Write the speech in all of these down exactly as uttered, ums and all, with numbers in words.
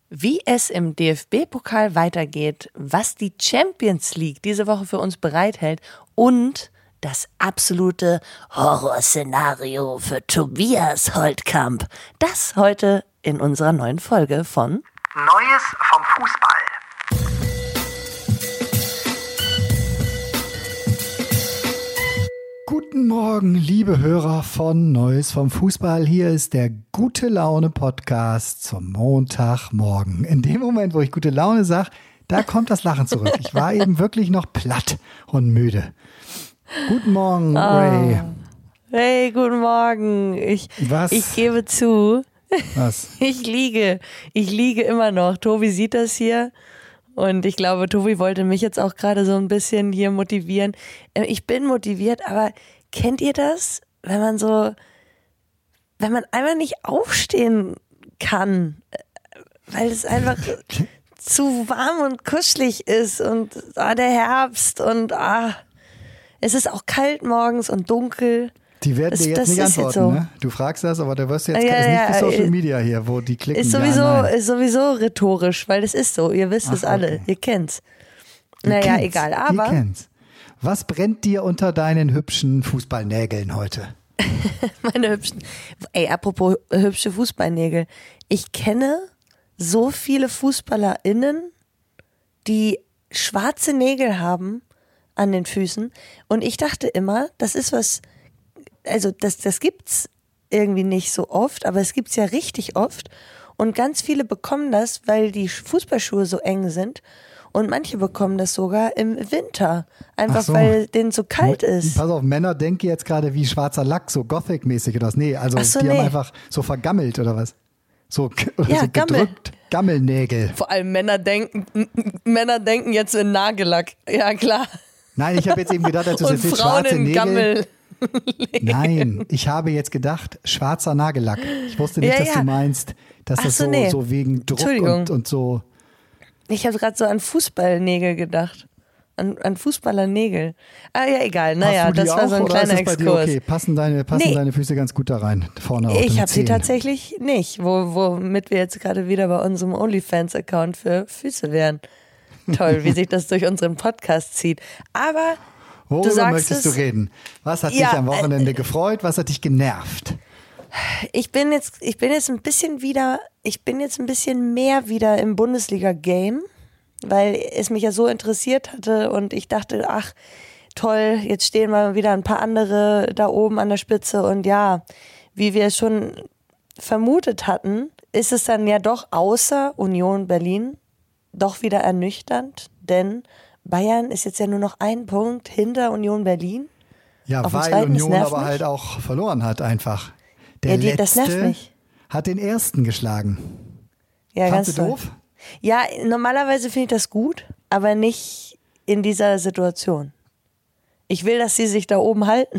Wie es im D F B-Pokal weitergeht, was die Champions League diese Woche für uns bereithält und das absolute Horrorszenario für Tobias Holtkamp. Das heute in unserer neuen Folge von Neues vom Fußball. Guten Morgen, liebe Hörer von Neues vom Fußball. Hier ist der Gute-Laune-Podcast zum Montagmorgen. In dem Moment, wo ich gute Laune sage, da kommt das Lachen zurück. Ich war eben wirklich noch platt und müde. Guten Morgen, Ray. Oh. Hey, guten Morgen. Ich, Was? ich gebe zu, Was? ich liege. Ich liege immer noch. Tobi sieht das hier. Und ich glaube, Tobi wollte mich jetzt auch gerade so ein bisschen hier motivieren. Ich bin motiviert, aber kennt ihr das? Wenn man so, wenn man einfach nicht aufstehen kann, weil es einfach zu warm und kuschelig ist und ah, der Herbst und ah, es ist auch kalt morgens und dunkel. Die werden Das- dir jetzt das nicht ist jetzt antworten, so. ne? Du fragst das, aber da wirst du jetzt Ja, ist ja, nicht wie Social äh, Media hier, wo die klicken. Ist sowieso, ja, nein. ist sowieso rhetorisch, weil es ist so. Ihr wisst Ach, es alle. okay. Ihr kennt's. Ihr Naja, kennt's. egal. Ihr Aber kennt's. Was brennt dir unter deinen hübschen Fußballnägeln heute? meine hübschen. Ey, apropos hübsche Fußballnägel. Ich kenne so viele FußballerInnen, die schwarze Nägel haben an den Füßen. Und ich dachte immer, das ist was, also das, das gibt's irgendwie nicht so oft, aber es gibt's ja richtig oft. Und ganz viele bekommen das, weil die Fußballschuhe so eng sind. Und manche bekommen das sogar im Winter. Einfach Ach so. weil denen so kalt ist. Pass auf, Männer denken jetzt gerade wie schwarzer Lack, so Gothic-mäßig oder was. Nee, also Ach so, die nee. haben einfach so vergammelt oder was? So, oder Ja, so Gammel. gedrückt. Gammelnägel. Vor allem Männer denken, Männer denken jetzt in Nagellack. Ja, klar. Nein, ich habe jetzt eben gedacht, als du Und erzählst, Frauen schwarze in Nägel. Gammel. Nein, ich habe jetzt gedacht, schwarzer Nagellack. Ich wusste nicht, Ja, dass ja. du meinst, dass Ach das so, so, nee. so wegen Druck Entschuldigung. und, und so. Ich habe gerade so an Fußballnägel gedacht. An, an Fußballernägel. Ah ja, egal. Naja, Hast du die das war auch, so ein oder kleiner ist es bei dir Exkurs. okay? Passen deine, passen Nee. deine Füße ganz gut da rein, vorne auf Ich den habe sie Zehen. tatsächlich nicht, wo, womit wir jetzt gerade wieder bei unserem OnlyFans-Account für Füße wären. Toll, wie sich das durch unseren Podcast zieht. Aber Worüber du sagst möchtest es, du reden? Was hat Ja, dich am Wochenende äh, gefreut? Was hat dich genervt? ich bin jetzt, ich bin jetzt ein bisschen wieder, ich bin jetzt ein bisschen mehr wieder im Bundesliga-Game, weil es mich ja so interessiert hatte und ich dachte, ach toll, jetzt stehen mal wieder ein paar andere da oben an der Spitze und ja, wie wir es schon vermutet hatten, ist es dann ja doch außer Union Berlin doch wieder ernüchternd, denn Bayern ist jetzt ja nur noch ein Punkt hinter Union Berlin. Ja, Auf dem weil zweiten, das Union nervt aber mich. halt auch verloren hat einfach. Der Ja, die- Letzte das nervt mich. hat den Ersten geschlagen. Ja, Fandst ganz du toll. doof? Ja, normalerweise finde ich das gut, aber nicht in dieser Situation. Ich will, dass sie sich da oben halten.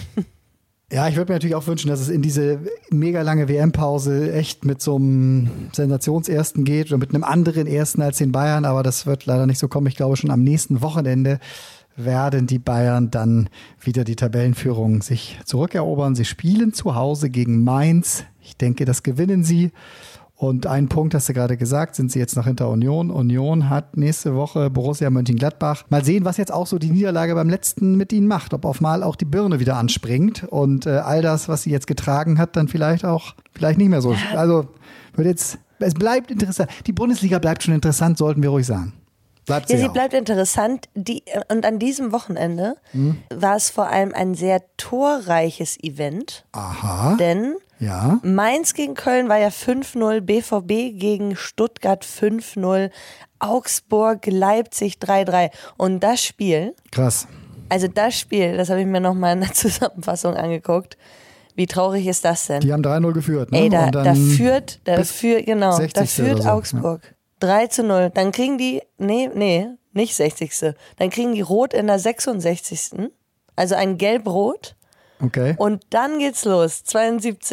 Ja, ich würde mir natürlich auch wünschen, dass es in diese mega lange W M-Pause echt mit so einem Sensationsersten geht oder mit einem anderen Ersten als den Bayern, aber das wird leider nicht so kommen. Ich glaube, schon am nächsten Wochenende werden die Bayern dann wieder die Tabellenführung sich zurückerobern. Sie spielen zu Hause gegen Mainz. Ich denke, das gewinnen sie. Und einen Punkt hast du gerade gesagt, sind sie jetzt noch hinter Union. Union hat nächste Woche Borussia Mönchengladbach. Mal sehen, was jetzt auch so die Niederlage beim letzten mit ihnen macht. Ob auf mal auch die Birne wieder anspringt und äh, all das, was sie jetzt getragen hat, dann vielleicht auch, vielleicht nicht mehr so. Also wird jetzt, es bleibt interessant. Die Bundesliga bleibt schon interessant, sollten wir ruhig sagen. Bleibt sie Ja, sie auch. bleibt interessant. Die, und an diesem Wochenende Hm? war es vor allem ein sehr torreiches Event, Aha, denn ja. Mainz gegen Köln war ja fünf null, B V B gegen Stuttgart fünf null, Augsburg, Leipzig drei drei. Und das Spiel, Krass. also das Spiel, das habe ich mir nochmal in der Zusammenfassung angeguckt. Wie traurig ist das denn? Die haben drei null geführt. Ne? Ey, da, Und dann da führt, da bis führt, genau, da sechzigste führt oder so, Augsburg. drei zu null. Dann kriegen die, nee, nee, nicht sechzigste. Dann kriegen die Rot in der sechsundsechzigsten. Also ein Gelb-Rot. Okay. Und dann geht's los.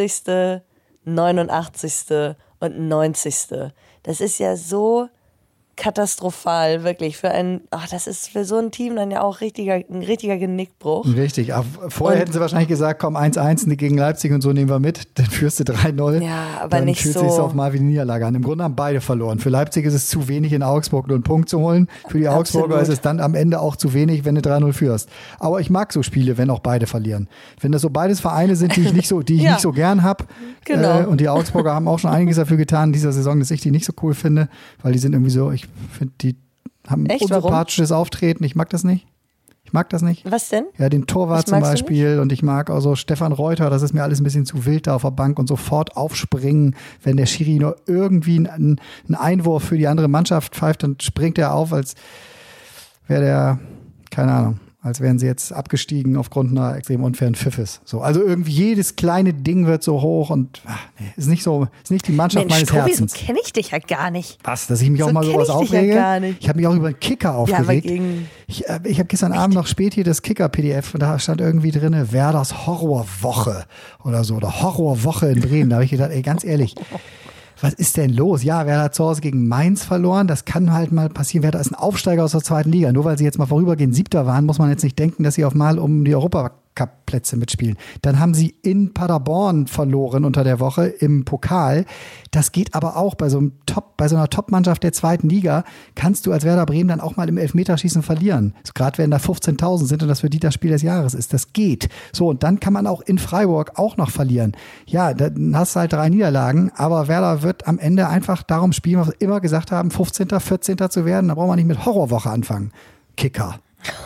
zweiundsiebzigste, neunundachtzigste und neunzigste. Das ist ja so katastrophal, wirklich. Für ein, ach, das ist für so ein Team dann ja auch richtiger, ein richtiger Genickbruch. Richtig. Aber vorher und, hätten sie wahrscheinlich gesagt, komm, eins eins gegen Leipzig und so nehmen wir mit. Dann führst du drei null. Ja, aber dann nicht fühlt so. Dann fühlt sich auf mal wie eine Niederlage an. Im Grunde haben beide verloren. Für Leipzig ist es zu wenig, in Augsburg nur einen Punkt zu holen. Für die Augsburger ist es dann am Ende auch zu wenig, wenn du drei null führst. Aber ich mag so Spiele, wenn auch beide verlieren. Wenn das so beides Vereine sind, die ich nicht so, die ich ja. nicht so gern habe. Genau. Äh, und die Augsburger haben auch schon einiges dafür getan in dieser Saison, dass ich die nicht so cool finde, weil die sind irgendwie so, ich finde, die haben ein unsympathisches Auftreten. Ich mag das nicht. Ich mag das nicht. Was denn? Ja, den Torwart zum Beispiel. Und ich mag auch so Stefan Reuter. Das ist mir alles ein bisschen zu wild da auf der Bank und sofort aufspringen. Wenn der Schiri nur irgendwie einen, einen Einwurf für die andere Mannschaft pfeift, dann springt er auf, als wäre der, keine Ahnung, als wären sie jetzt abgestiegen aufgrund einer extrem unfairen Pfiffes. So, also irgendwie jedes kleine Ding wird so hoch und ach, nee, ist nicht so, ist nicht die Mannschaft Mensch, meines Tobi, Herzens. So kenne ich dich ja gar nicht. Was, dass ich mich so auch mal sowas aufrege? Ja ich habe mich auch über einen Kicker aufgeregt. Ja, ich äh, ich habe gestern Echt? Abend noch spät hier das Kicker-P D F und da stand irgendwie drin, Werders Horrorwoche oder so, oder Horrorwoche in Bremen. Da habe ich gedacht, ey, ganz ehrlich, was ist denn los? Ja, Werder hat zu Hause gegen Mainz verloren. Das kann halt mal passieren. Werder ist ein Aufsteiger aus der zweiten Liga. Nur weil sie jetzt mal vorübergehend Siebter waren, muss man jetzt nicht denken, dass sie auf mal um die Europacup-Plätze mitspielen. Dann haben sie in Paderborn verloren unter der Woche im Pokal. Das geht aber auch bei so einem Top, bei so einer Top-Mannschaft der zweiten Liga. Kannst du als Werder Bremen dann auch mal im Elfmeterschießen verlieren. So, gerade wenn da fünfzehntausend sind und das für die das Spiel des Jahres ist. Das geht. So, und dann kann man auch in Freiburg auch noch verlieren. Ja, dann hast du halt drei Niederlagen, aber Werder wird am Ende einfach darum spielen, was wir immer gesagt haben, fünfzehnter, vierzehnter zu werden. Da brauchen wir nicht mit Horrorwoche anfangen. Kicker.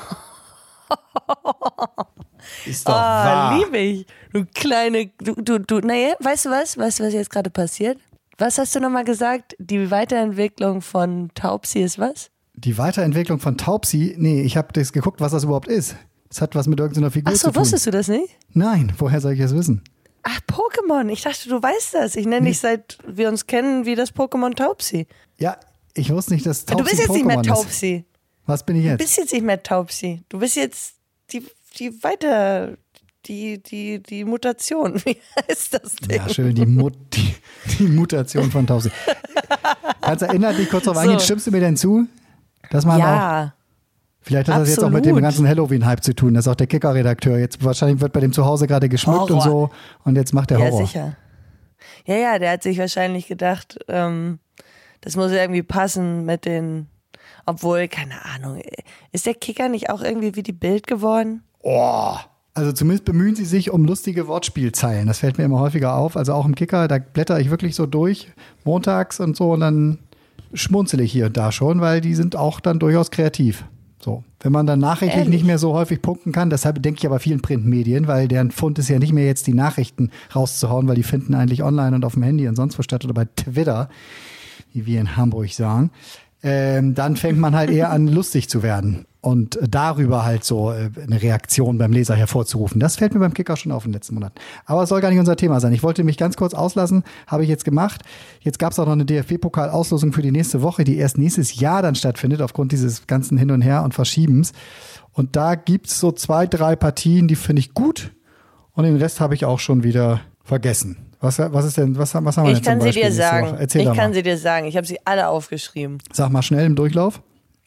Ist doch oh, wahr. Liebe ich. Du kleine, du, du, du, naja, weißt du was? Weißt du, was jetzt gerade passiert? Was hast du nochmal gesagt? Die Weiterentwicklung von Taubsi ist was? Die Weiterentwicklung von Taubsi? Nee, ich habe das geguckt, was das überhaupt ist. Das hat was mit irgendeiner Figur Ach so, zu tun. wusstest du das nicht? Nein, woher soll ich das wissen? Ach, Pokémon. Ich dachte, du weißt das. Ich nenne Nee. dich, seit wir uns kennen, wie das Pokémon Taubsi. Ja, ich wusste nicht, dass Taubsi Du bist jetzt Pokémon nicht mehr ist. Taubsi. Was bin ich Du jetzt? bist jetzt nicht mehr Taubsi. Du bist jetzt die, die weiter, die, die, die Mutation. Wie heißt das Ding? Ja, schön, die, Mut, die, die Mutation von Taubsi. Kannst du erinnern, dich kurz darauf So. eingehen? Stimmst du mir denn zu? Dass man auch, Ja, vielleicht hat das jetzt auch mit dem absolut. ganzen Halloween-Hype zu tun. Das ist auch der Kicker-Redakteur. Jetzt wahrscheinlich wird bei dem zu Hause gerade geschmückt Horror. und so. Und jetzt macht der ja, Horror. sicher. Ja, ja, der hat sich wahrscheinlich gedacht, ähm, das muss irgendwie passen mit den, obwohl, keine Ahnung, ist der Kicker nicht auch irgendwie wie die Bild geworden? Oh. Also zumindest bemühen sie sich um lustige Wortspielzeilen. Das fällt mir immer häufiger auf. Also auch im Kicker, da blätter ich wirklich so durch, montags und so, und dann schmunzel ich hier und da schon, weil die sind auch dann durchaus kreativ. So. Wenn man dann nachrichtlich Ehrlich? nicht mehr so häufig punkten kann, deshalb denke ich aber vielen Printmedien, weil deren Fund ist ja nicht mehr jetzt die Nachrichten rauszuhauen, weil die finden eigentlich online und auf dem Handy und sonst wo statt oder bei Twitter, wie wir in Hamburg sagen. Ähm, dann fängt man halt eher an, lustig zu werden und darüber halt so äh, eine Reaktion beim Leser hervorzurufen. Das fällt mir beim Kicker schon auf in den letzten Monaten. Aber es soll gar nicht unser Thema sein. Ich wollte mich ganz kurz auslassen, habe ich jetzt gemacht. Jetzt gab es auch noch eine D F B-Pokal-Auslosung für die nächste Woche, die erst nächstes Jahr dann stattfindet, aufgrund dieses ganzen Hin und Her und Verschiebens. Und da gibt's so zwei, drei Partien, die finde ich gut und den Rest habe ich auch schon wieder vergessen. Was, was ist denn, was, was haben wir Ich denn zum kann sie Beispiel dir nächste sagen. Woche? Erzähl Ich doch kann mal. sie dir sagen. Ich habe sie alle aufgeschrieben. Sag mal schnell im Durchlauf.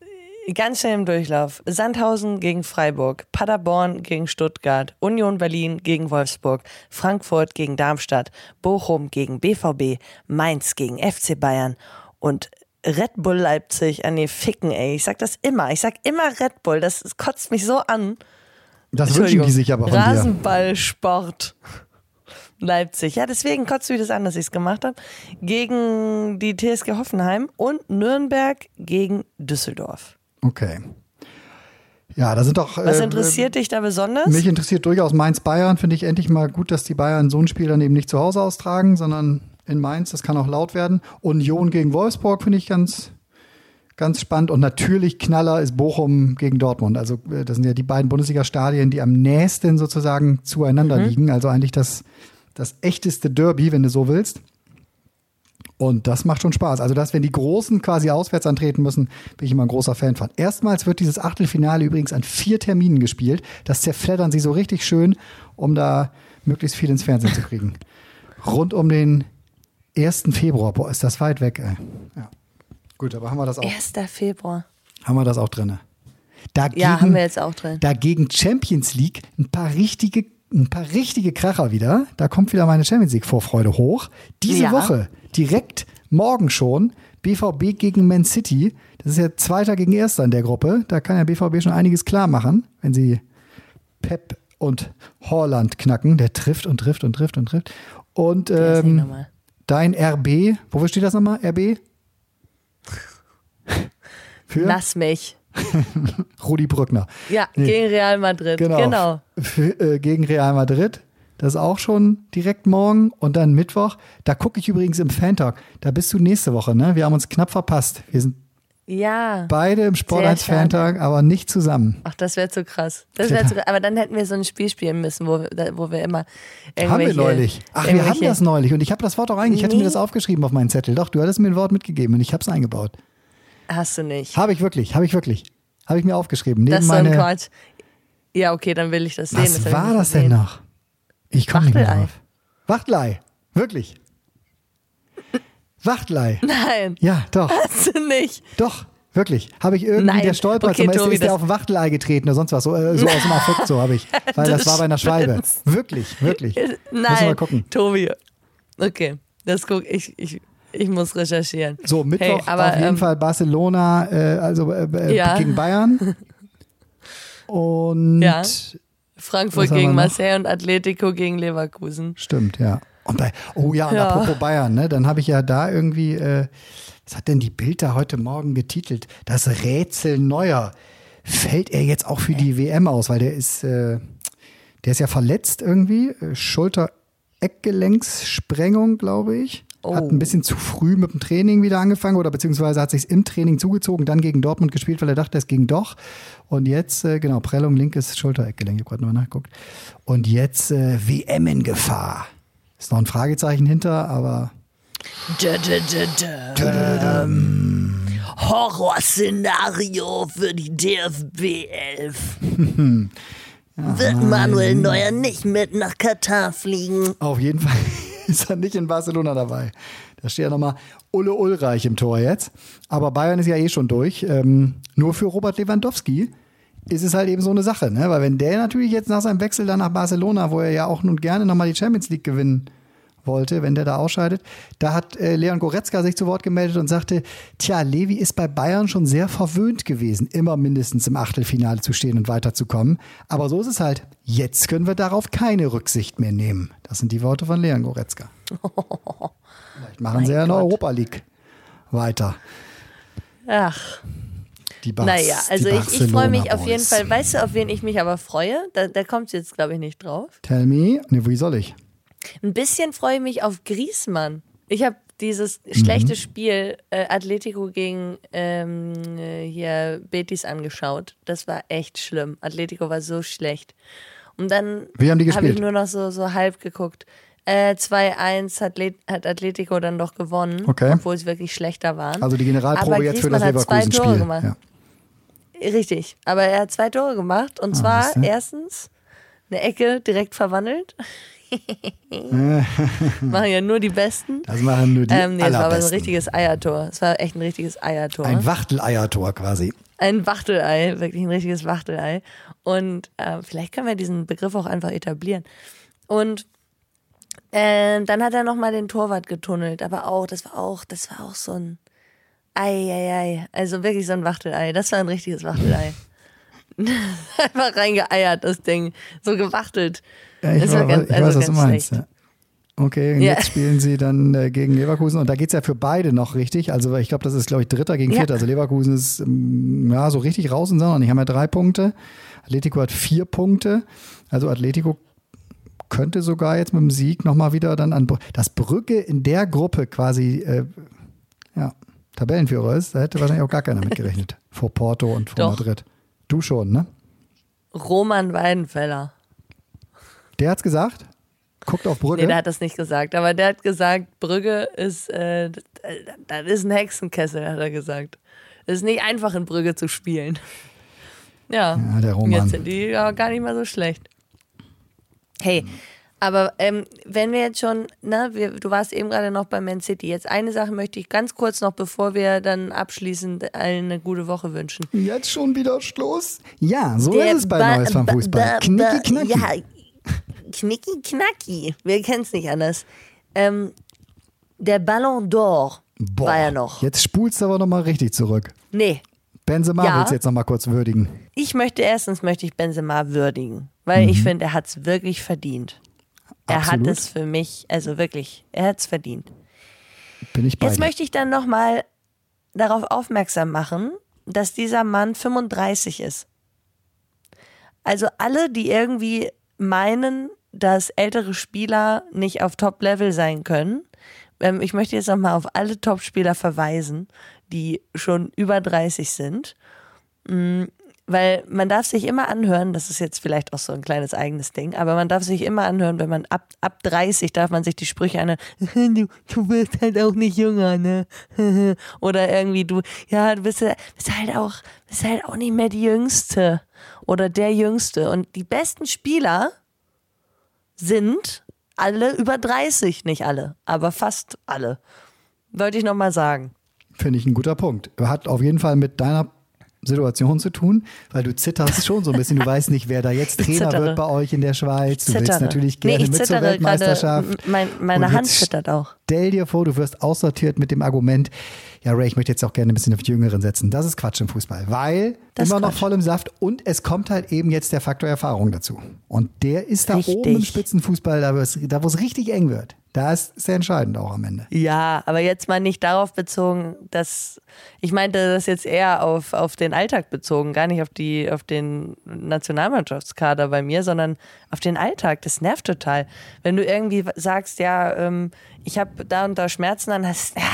Ganz schnell im Durchlauf. Sandhausen gegen Freiburg, Paderborn gegen Stuttgart, Union Berlin gegen Wolfsburg, Frankfurt gegen Darmstadt, Bochum gegen B V B, Mainz gegen F C Bayern und Red Bull Leipzig. Ah nee, ficken ey. Ich sag das immer. Ich sag immer Red Bull. Das kotzt mich so an. Das wünschen die sich aber von dir. Rasenballsport. Leipzig. Ja, deswegen kotzt mich das an, dass ich es gemacht habe. Gegen die T S G Hoffenheim und Nürnberg gegen Düsseldorf. Okay. Ja, da sind doch. Was äh, interessiert dich da besonders? Mich interessiert durchaus Mainz-Bayern. Finde ich endlich mal gut, dass die Bayern so ein Spiel dann eben nicht zu Hause austragen, sondern in Mainz. Das kann auch laut werden. Union gegen Wolfsburg finde ich ganz, ganz spannend. Und natürlich Knaller ist Bochum gegen Dortmund. Also äh, das sind ja die beiden Bundesliga-Stadien, die am nächsten sozusagen zueinander Mhm. liegen. Also eigentlich das, das echteste Derby, wenn du so willst. Und das macht schon Spaß. Also, dass wenn die Großen quasi auswärts antreten müssen, bin ich immer ein großer Fan von. Erstmals wird dieses Achtelfinale übrigens an vier Terminen gespielt. Das zerfleddern sie so richtig schön, um da möglichst viel ins Fernsehen zu kriegen. Rund um den ersten Februar. Boah, ist das weit weg, ey. Ja. Gut, aber haben wir das auch, erster Februar. haben wir das auch drin? Dagegen, Ja, haben wir jetzt auch drin. Dagegen Champions League ein paar richtige, ein paar richtige Kracher wieder. Da kommt wieder meine Champions League Vorfreude hoch. Diese Ja. Woche, direkt morgen schon, B V B gegen Man City. Das ist ja Zweiter gegen Erster in der Gruppe. Da kann ja B V B schon einiges klar machen, wenn sie Pep und Haaland knacken. Der trifft und trifft und trifft und trifft. Und Der ist nicht ähm, normal. dein R B, wofür steht das nochmal? R B? Für Lass mich. Rudi Brückner. Ja, Nee. gegen Real Madrid. Genau. Genau. Für, äh, gegen Real Madrid. Das ist auch schon direkt morgen und dann Mittwoch. Da gucke ich übrigens im Fan-Talk. Da bist du nächste Woche, ne? Wir haben uns knapp verpasst. Wir sind Ja. beide im Sport Sehr eins Fan-Talk, aber nicht zusammen. Ach, das wäre zu krass. Das wär zu, aber dann hätten wir so ein Spiel spielen müssen, wo, wir- wo wir immer irgendwelche... Haben wir neulich. Ach, wir haben irgendwelche- das neulich. Und ich habe das Wort auch eigentlich, ich hatte mir Nee. das aufgeschrieben auf meinen Zettel. Doch, du hattest mir ein Wort mitgegeben und ich habe es eingebaut. Hast du nicht. Habe ich wirklich, habe ich wirklich. Habe ich mir aufgeschrieben. Neben Das ist so ein meine, Quatsch. Ja, okay, dann will ich das sehen. was das hab ich war nicht das denn gesehen. noch? Ich komme nicht mehr Wachtelei. drauf. Wachtelei. Wirklich. Wachtelei. Nein, Ja, doch. hast du nicht. Doch, wirklich. Habe ich irgendwie Nein. der Stolpert, Okay, okay, ist, Tobi, ist der das- auf ein Wachtelei getreten oder sonst was. So, äh, so aus dem Affekt, so habe ich. Weil das, Das war bei einer Schwalbe. spinnst. Wirklich, wirklich. Müssen wir mal Nein, gucken. Tobi. Okay, das guck ich. Ich, ich muss recherchieren. So, Mittwoch Hey, aber, auf jeden ähm, Fall Barcelona, äh, also äh, äh, Ja. gegen Bayern. Und Ja. Was Frankfurt haben wir gegen noch? Marseille und Atletico gegen Leverkusen. stimmt, ja. Und bei, oh ja, und Ja. apropos Bayern, ne, dann habe ich ja da irgendwie, äh, was hat denn die Bild da heute Morgen getitelt? Das Rätsel Neuer. Fällt er jetzt auch für die W M aus? Weil der ist, äh, der ist ja verletzt irgendwie. Äh, Schulter-Eckgelenkssprengung, glaube ich. Oh. Hat ein bisschen zu früh mit dem Training wieder angefangen oder beziehungsweise hat sich im Training zugezogen, dann gegen Dortmund gespielt, weil er dachte, es ging doch. Und jetzt, äh, genau, Prellung, linkes Schulter-Eckgelenk, ich habe gerade nochmal nachgeguckt. Und jetzt äh, W M in Gefahr. Ist noch ein Fragezeichen hinter, aber Da, da, da, da. Horrorszenario für die D F B elf. Wird Manuel Neuer nicht mit nach Katar fliegen? auf jeden Fall ist er nicht in Barcelona dabei. Da steht ja nochmal Ulle Ulreich im Tor jetzt. Aber Bayern ist ja eh schon durch. Ähm, nur für Robert Lewandowski ist es halt eben so eine Sache, ne? Weil wenn der natürlich jetzt nach seinem Wechsel dann nach Barcelona, wo er ja auch nun gerne nochmal die Champions League gewinnen wollte, wenn der da ausscheidet, da hat äh, Leon Goretzka sich zu Wort gemeldet und sagte, tja, Levi ist bei Bayern schon sehr verwöhnt gewesen, immer mindestens im Achtelfinale zu stehen und weiterzukommen. Aber so ist es halt. Jetzt können wir darauf keine Rücksicht mehr nehmen. Das sind die Worte von Leon Goretzka. Vielleicht machen Mein sie ja in der Gott. Europa League weiter. Ach, Die Bars, naja, also die ich, ich freue mich Barcelona auf jeden Boys. Fall. Weißt du, auf wen ich mich aber freue? Da, da kommt jetzt, glaube ich, nicht drauf. Tell me. Ne, wie soll ich? Ein bisschen freue ich mich auf Griezmann. Ich habe dieses Mhm. schlechte Spiel äh, Atletico gegen ähm, äh, hier Betis angeschaut. Das war echt schlimm. Atletico war so schlecht. Und dann Wie haben die habe ich gespielt? nur noch so, so halb geguckt. Äh, zwei eins hat, Le- hat Atletico dann doch gewonnen, Okay. obwohl sie wirklich schlechter waren. Also die Generalprobe Aber jetzt für Griezmann das hat zwei Tore Leverkusen-Spiel. gemacht. Ja. Richtig, aber er hat zwei Tore gemacht und zwar siehste. erstens eine Ecke direkt verwandelt. Machen ja nur die Besten. Das machen nur die Ähm, nee, es war aber so ein allerbesten. richtiges Eiertor. Es war echt ein richtiges Eiertor. Ein Wachteleiertor quasi. Ein Wachtelei, wirklich ein richtiges Wachtelei. Und äh, vielleicht können wir diesen Begriff auch einfach etablieren. Und äh, dann hat er nochmal den Torwart getunnelt, aber auch, das war auch, das war auch so ein Ei-ei-ei. Also wirklich so ein Wachtelei. Das war ein richtiges Wachtelei. Einfach reingeeiert, das Ding. So gewachtelt. Ja, ich Das war weiß, ganz- ich also weiß was du ganz meinst. schlecht. Ja. Okay, und Ja. jetzt spielen sie dann äh, gegen Leverkusen und da geht es ja für beide noch richtig. Also ich glaube, das ist, glaube ich, Dritter gegen Ja. Vierter. Also Leverkusen ist ähm, ja so richtig raus und sondern die haben ja drei Punkte. Atletico hat vier Punkte. Also Atletico könnte sogar jetzt mit dem Sieg nochmal wieder dann an Br- dass Brügge in der Gruppe quasi äh, ja, Tabellenführer ist. Da hätte wahrscheinlich auch gar keiner mitgerechnet. Vor Porto und vor Doch. Madrid. Du schon, ne? Roman Weidenfeller. Der hat's gesagt. Guckt auf Brügge. Nee, der hat das nicht gesagt, aber der hat gesagt, Brügge ist, äh, das, das ist ein Hexenkessel, hat er gesagt. Es ist nicht einfach, in Brügge zu spielen. Ja, Ja, der und Roman. jetzt sind die ja gar nicht mal so schlecht. Hey, Aber ähm, wenn wir jetzt schon, ne, wir, du warst eben gerade noch bei Man City. Jetzt eine Sache möchte ich ganz kurz noch, bevor wir dann abschließend allen eine gute Woche wünschen. Jetzt schon wieder Schluss? Ja, so Der ist es bei ba- Neues vom ba- Fußball. ba- Knicki knacki. Ja, knicki knacki. Wir kennen es nicht anders. Ähm, der Ballon d'Or Boah, war ja noch. Jetzt spulst du aber nochmal richtig zurück. Nee, Benzema Ja. willst du jetzt nochmal kurz würdigen. ich möchte erstens möchte ich Benzema würdigen, weil Mhm. ich finde, er hat es wirklich verdient. Er Absolut. hat es für mich, also wirklich, er hat es verdient. Bin ich bei Jetzt dir. möchte ich dann nochmal darauf aufmerksam machen, dass dieser Mann fünfunddreißig ist. Also alle, die irgendwie meinen, dass ältere Spieler nicht auf Top-Level sein können, ähm, ich möchte jetzt nochmal auf alle Top-Spieler verweisen, die schon über dreißig sind. Mm, Weil man darf sich immer anhören, das ist jetzt vielleicht auch so ein kleines eigenes Ding, aber man darf sich immer anhören, wenn man ab, ab dreißig darf man sich die Sprüche anhören, du, du wirst halt auch nicht jünger, ne? Oder irgendwie du, ja, du bist, ja- bist halt auch, bist halt auch nicht mehr die Jüngste oder der Jüngste. Und die besten Spieler sind alle über dreißig, nicht alle, aber fast alle. Wollte ich nochmal sagen. Finde ich ein guter Punkt. Hat auf jeden Fall mit deiner Situation zu tun, weil du zitterst schon so ein bisschen. Du weißt nicht, wer da jetzt Ich Trainer zittere. wird bei euch in der Schweiz. Du willst Zittere. natürlich Nee, gerne ich mit zur zittere Weltmeisterschaft. gerade, m- mein, meine Und Hand jetzt zittert auch. Stell dir vor, du wirst aussortiert mit dem Argument, ja Ray, ich möchte jetzt auch gerne ein bisschen auf die Jüngeren setzen. Das ist Quatsch im Fußball, weil Das ist immer noch Quatsch. voll im Saft und es kommt halt eben jetzt der Faktor Erfahrung dazu. Und der ist da Richtig. oben im Spitzenfußball, da wo es, da wo es richtig eng wird. Da ist sehr entscheidend auch am Ende. Ja, aber jetzt mal nicht darauf bezogen, dass ich meinte das jetzt eher auf, auf den Alltag bezogen, gar nicht auf die auf den Nationalmannschaftskader bei mir, sondern auf den Alltag. Das nervt total. Wenn du irgendwie sagst, ja, ähm, ich habe da und da Schmerzen, dann hast ja,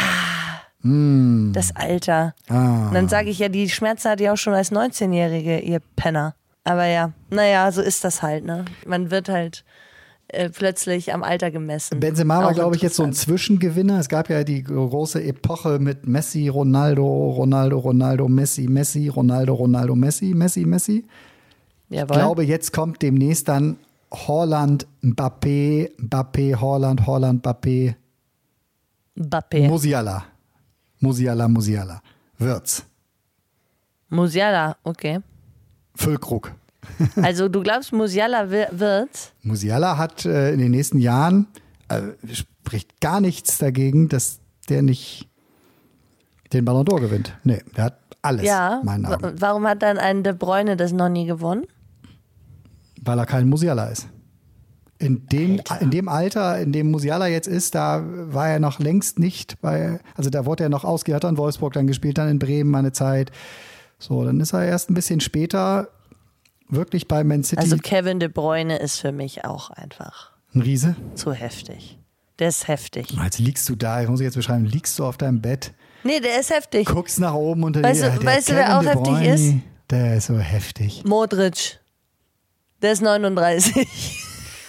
das Alter. Ah. Und dann sage ich ja, die Schmerzen hatte ich auch schon als neunzehnjährige, ihr Penner. Aber ja, naja, so ist das halt, ne? Man wird halt äh, plötzlich am Alter gemessen. Benzema war, Auch glaube ich, jetzt so ein interessant. Zwischengewinner. Es gab ja die große Epoche mit Messi, Ronaldo, Ronaldo, Ronaldo, Messi, Messi, Ronaldo, Ronaldo, Messi, Messi, Messi. Ich Jawohl. glaube, jetzt kommt demnächst dann Haaland, Mbappé, Mbappé, Haaland, Haaland, Mbappé, Mbappé. Musiala. Musiala, Musiala. Wird's. Musiala, okay. Füllkrug. Also du glaubst, Musiala wi- wird? Musiala hat äh, in den nächsten Jahren, äh, spricht gar nichts dagegen, dass der nicht den Ballon d'Or gewinnt. Nee, der hat alles, Ja. meinen Wa- Augen. Warum hat dann ein De Bruyne das noch nie gewonnen? Weil er kein Musiala ist. In dem, in dem Alter, in dem Musiala jetzt ist, da war er noch längst nicht bei, also da wurde er noch ausgehört, hat er in Wolfsburg dann gespielt, dann in Bremen mal eine Zeit. So, dann ist er erst ein bisschen später wirklich bei Man City Also Kevin De Bruyne ist für mich auch einfach ein Riese. zu heftig. Der ist heftig. Jetzt liegst du da, ich muss ich jetzt beschreiben, liegst du auf deinem Bett, Nee, der ist heftig. guckst nach oben unter Weißt dir. du- der weißt du, wer Kevin auch De heftig Bruyne, ist? Der ist so heftig. Modric. Der ist neununddreißig.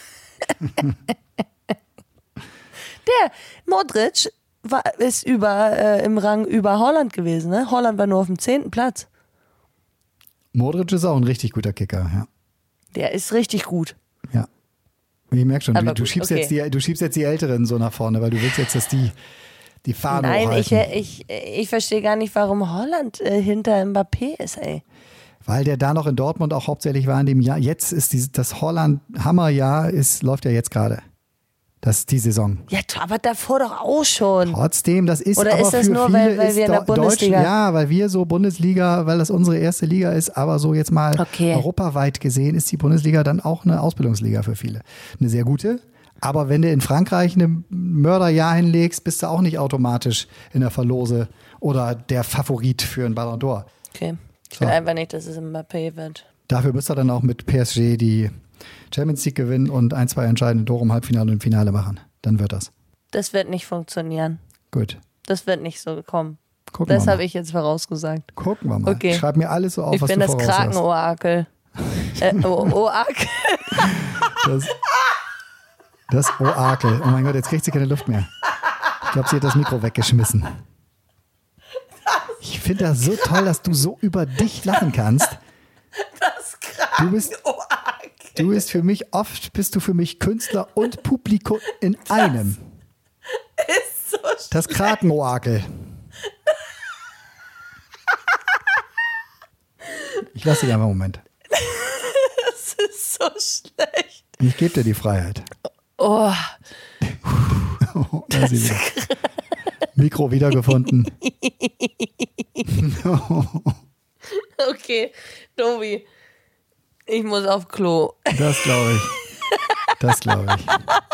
Der Modric war, ist über, äh, im Rang über Holland gewesen. Ne? Holland war nur auf dem zehnten Platz. Modric ist auch ein richtig guter Kicker, ja. Der ist richtig gut. ja. Ich merke schon, du, Aber du, gut, schiebst okay. jetzt die, du schiebst jetzt die Älteren so nach vorne, weil du willst jetzt, dass die die Fahne Nein, ich, hochhalten. ich, ich verstehe gar nicht, warum Holland äh, hinter Mbappé ist, ey. Weil der da noch in Dortmund auch hauptsächlich war in dem Jahr. Jetzt ist die, das Holland-Hammerjahr, ist, läuft ja jetzt gerade. Das ist die Saison. Ja, aber davor doch auch schon. Trotzdem, das ist Oder aber ist das für nur, viele weil- weil ist wir in der Deu- Bundesliga- Deutsch, ja, weil wir so Bundesliga, weil das unsere erste Liga ist, aber so jetzt mal Okay. europaweit gesehen ist die Bundesliga dann auch eine Ausbildungsliga für viele. Eine sehr gute. Aber wenn du in Frankreich ein Mörderjahr hinlegst, bist du auch nicht automatisch in der Verlose oder der Favorit für einen Ballon d'Or. Okay. Ich will So. einfach nicht, dass es Mbappé wird. Dafür bist du dann auch mit P S G die Champions League gewinnen und ein, zwei entscheidende Tore im Halbfinale und Finale machen. Dann wird das. Das wird nicht funktionieren. Gut. Das wird nicht so kommen. Gucken Das wir habe mal. ich jetzt vorausgesagt. Gucken wir mal. Okay. Ich schreibe mir alles so auf, Ich was bin du das voraus hast. Krakenorakel. äh, o- Orakel. Das, das Orakel. Oh mein Gott, jetzt kriegt sie keine Luft mehr. Ich glaube, sie hat das Mikro weggeschmissen. Ich finde das so toll, dass du so über dich lachen kannst. Das Du bist, Krakenorakel. Du bist für mich, oft bist du für mich Künstler und Publikum in einem. Ist so schlecht. Das Krakenorakel. Ich lasse dich einfach einen Moment. Das ist so schlecht. Ich gebe dir die Freiheit. Oh. Oh, da ist sie wieder. Mikro wiedergefunden. Okay, Tobi. Ich muss auf Klo. Das glaube ich. Das glaube ich.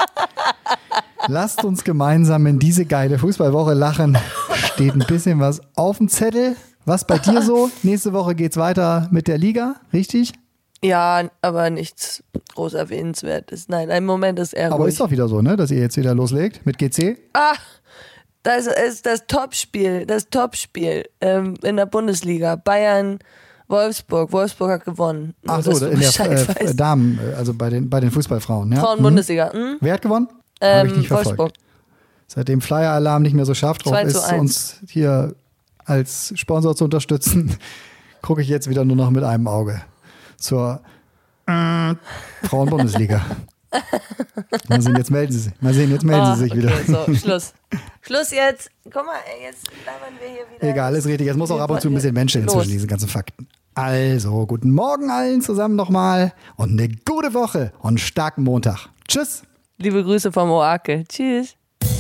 Lasst uns gemeinsam in diese geile Fußballwoche lachen. Steht ein bisschen was auf dem Zettel. Was bei dir so? Nächste Woche geht's weiter mit der Liga, richtig? Ja, aber nichts groß erwähnenswertes. Nein, ein Moment ist eher Aber ruhig. ist doch wieder so, ne, dass ihr jetzt wieder loslegt mit G C? Ah, das ist das Topspiel, das Topspiel ähm, in der Bundesliga. Bayern, Wolfsburg. Wolfsburg hat gewonnen. Nur, Ach so, dass du in der Bescheid äh, weißt. Damen, also bei den, bei den Fußballfrauen. Ja? Frauen-Bundesliga. Hm? Wer hat gewonnen? Ähm, Habe ich nicht verfolgt. Wolfsburg. Seitdem Flyer-Alarm nicht mehr so scharf drauf zwei zu ist, eins. uns hier als Sponsor zu unterstützen, gucke ich jetzt wieder nur noch mit einem Auge zur äh, Frauen-Bundesliga. Mal sehen, jetzt melden sie sich. Mal sehen, jetzt melden Oh, sie sich okay, wieder. So, Schluss. Schluss jetzt. Guck mal, ey, jetzt labern wir hier wieder. Egal, ist richtig. Es muss auch ab und zu ein bisschen menscheln Los. zwischen diesen ganzen Fakten. Also, guten Morgen allen zusammen nochmal und eine gute Woche und einen starken Montag. Tschüss. Liebe Grüße vom Orakel. Tschüss.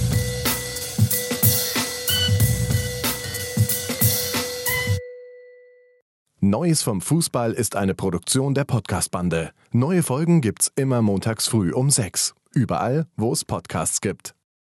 Neues vom Fußball ist eine Produktion der Podcast-Bande. Neue Folgen gibt's immer montags früh um sechs. Überall, wo es Podcasts gibt.